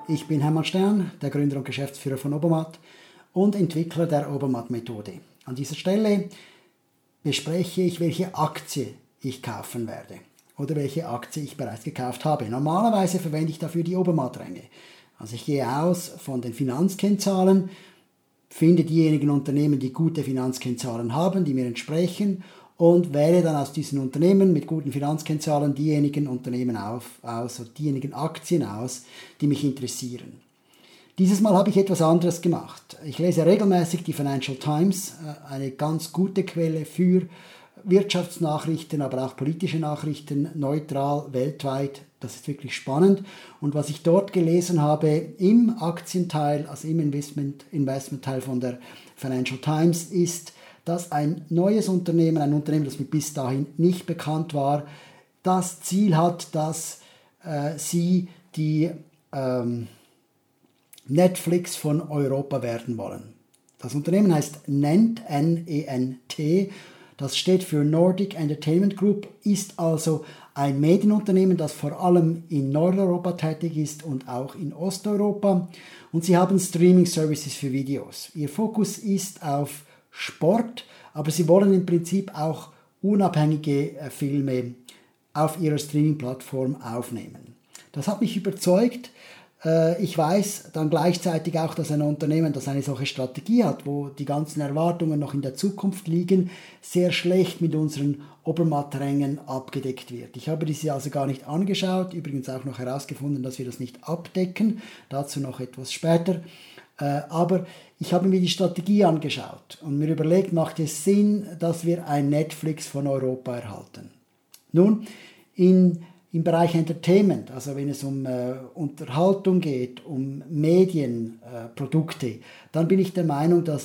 Ich bin Hermann Stern, der Gründer und Geschäftsführer von Obermatt und Entwickler der Obermatt-Methode. An dieser Stelle bespreche ich, welche Aktie ich kaufen werde oder welche Aktie ich bereits gekauft habe. Normalerweise verwende ich dafür die Obermatt-Ränge. Also ich gehe aus von den Finanzkennzahlen, finde diejenigen Unternehmen, die gute Finanzkennzahlen haben, die mir entsprechen und wähle dann aus diesen Unternehmen mit guten Finanzkennzahlen diejenigen Unternehmen aus oder diejenigen Aktien aus, die mich interessieren. Dieses Mal habe ich etwas anderes gemacht. Ich lese regelmäßig die Financial Times, eine ganz gute Quelle für Wirtschaftsnachrichten, aber auch politische Nachrichten, neutral, weltweit. Das ist wirklich spannend. Und was ich dort gelesen habe im Aktienteil, also im Investmentteil von der Financial Times, ist, dass ein neues Unternehmen, ein Unternehmen, das mir bis dahin nicht bekannt war, das Ziel hat, dass sie die Netflix von Europa werden wollen. Das Unternehmen heißt NENT, N-E-N-T. Das steht für Nordic Entertainment Group, ist also ein Medienunternehmen, das vor allem in Nordeuropa tätig ist und auch in Osteuropa. Und sie haben Streaming-Services für Videos. Ihr Fokus ist auf Sport, aber sie wollen im Prinzip auch unabhängige Filme auf ihrer Streaming-Plattform aufnehmen. Das hat mich überzeugt. Ich weiß dann gleichzeitig auch, dass ein Unternehmen, das eine solche Strategie hat, wo die ganzen Erwartungen noch in der Zukunft liegen, sehr schlecht mit unseren Obermatt-Rängen abgedeckt wird. Ich habe diese also gar nicht angeschaut, übrigens auch noch herausgefunden, dass wir das nicht abdecken, dazu noch etwas später. Aber ich habe mir die Strategie angeschaut und mir überlegt, macht es Sinn, dass wir ein Netflix von Europa erhalten? Nun, im Bereich Entertainment, also wenn es um Unterhaltung geht, um Medienprodukte, dann bin ich der Meinung, dass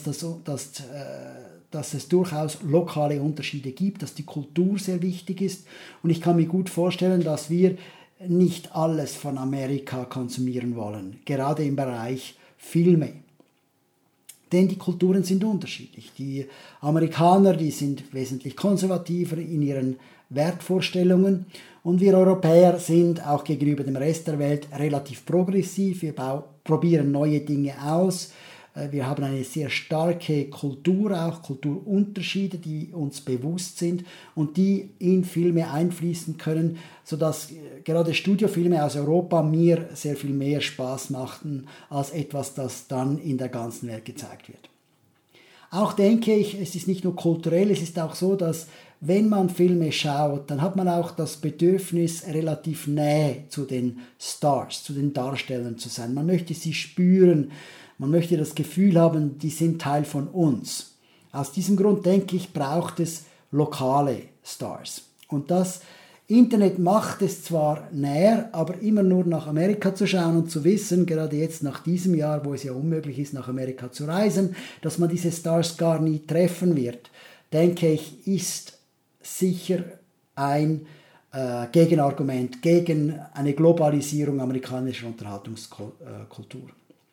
es durchaus lokale Unterschiede gibt, dass die Kultur sehr wichtig ist. Und ich kann mir gut vorstellen, dass wir nicht alles von Amerika konsumieren wollen, gerade im Bereich Filme. Denn die Kulturen sind unterschiedlich. Die Amerikaner, die sind wesentlich konservativer in ihren Wertvorstellungen und wir Europäer sind auch gegenüber dem Rest der Welt relativ progressiv. Wir probieren neue Dinge aus. Wir haben eine sehr starke Kultur, auch Kulturunterschiede, die uns bewusst sind und die in Filme einfließen können, sodass gerade Studiofilme aus Europa mir sehr viel mehr Spaß machten als etwas, das dann in der ganzen Welt gezeigt wird. Auch denke ich, es ist nicht nur kulturell, es ist auch so, dass wenn man Filme schaut, dann hat man auch das Bedürfnis, relativ nahe zu den Stars, zu den Darstellern zu sein. Man möchte sie spüren, man möchte das Gefühl haben, die sind Teil von uns. Aus diesem Grund denke ich, braucht es lokale Stars. Und das Internet macht es zwar näher, aber immer nur nach Amerika zu schauen und zu wissen, gerade jetzt nach diesem Jahr, wo es ja unmöglich ist, nach Amerika zu reisen, dass man diese Stars gar nie treffen wird, denke ich, ist sicher ein Gegenargument gegen eine Globalisierung amerikanischer Unterhaltungskultur.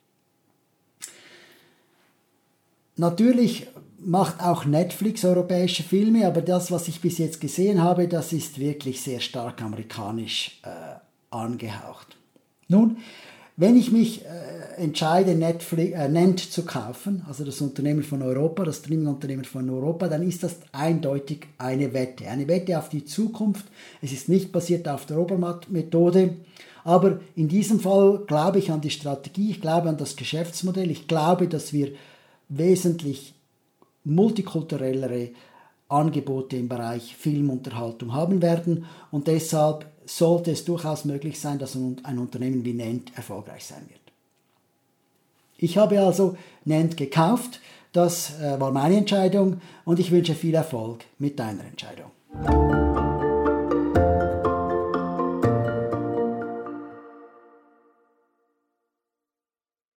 Natürlich macht auch Netflix europäische Filme, aber das, was ich bis jetzt gesehen habe, das ist wirklich sehr stark amerikanisch angehaucht. Nun, wenn ich mich entscheide, NENT zu kaufen, also das Unternehmen von Europa, das Streaming-Unternehmen von Europa, dann ist das eindeutig eine Wette auf die Zukunft. Es ist nicht basiert auf der Obermatt-Methode, aber in diesem Fall glaube ich an die Strategie, ich glaube an das Geschäftsmodell, ich glaube, dass wir wesentlich multikulturellere Angebote im Bereich Filmunterhaltung haben werden und deshalb sollte es durchaus möglich sein, dass ein Unternehmen wie NENT erfolgreich sein wird. Ich habe also NENT gekauft, das war meine Entscheidung und ich wünsche viel Erfolg mit deiner Entscheidung.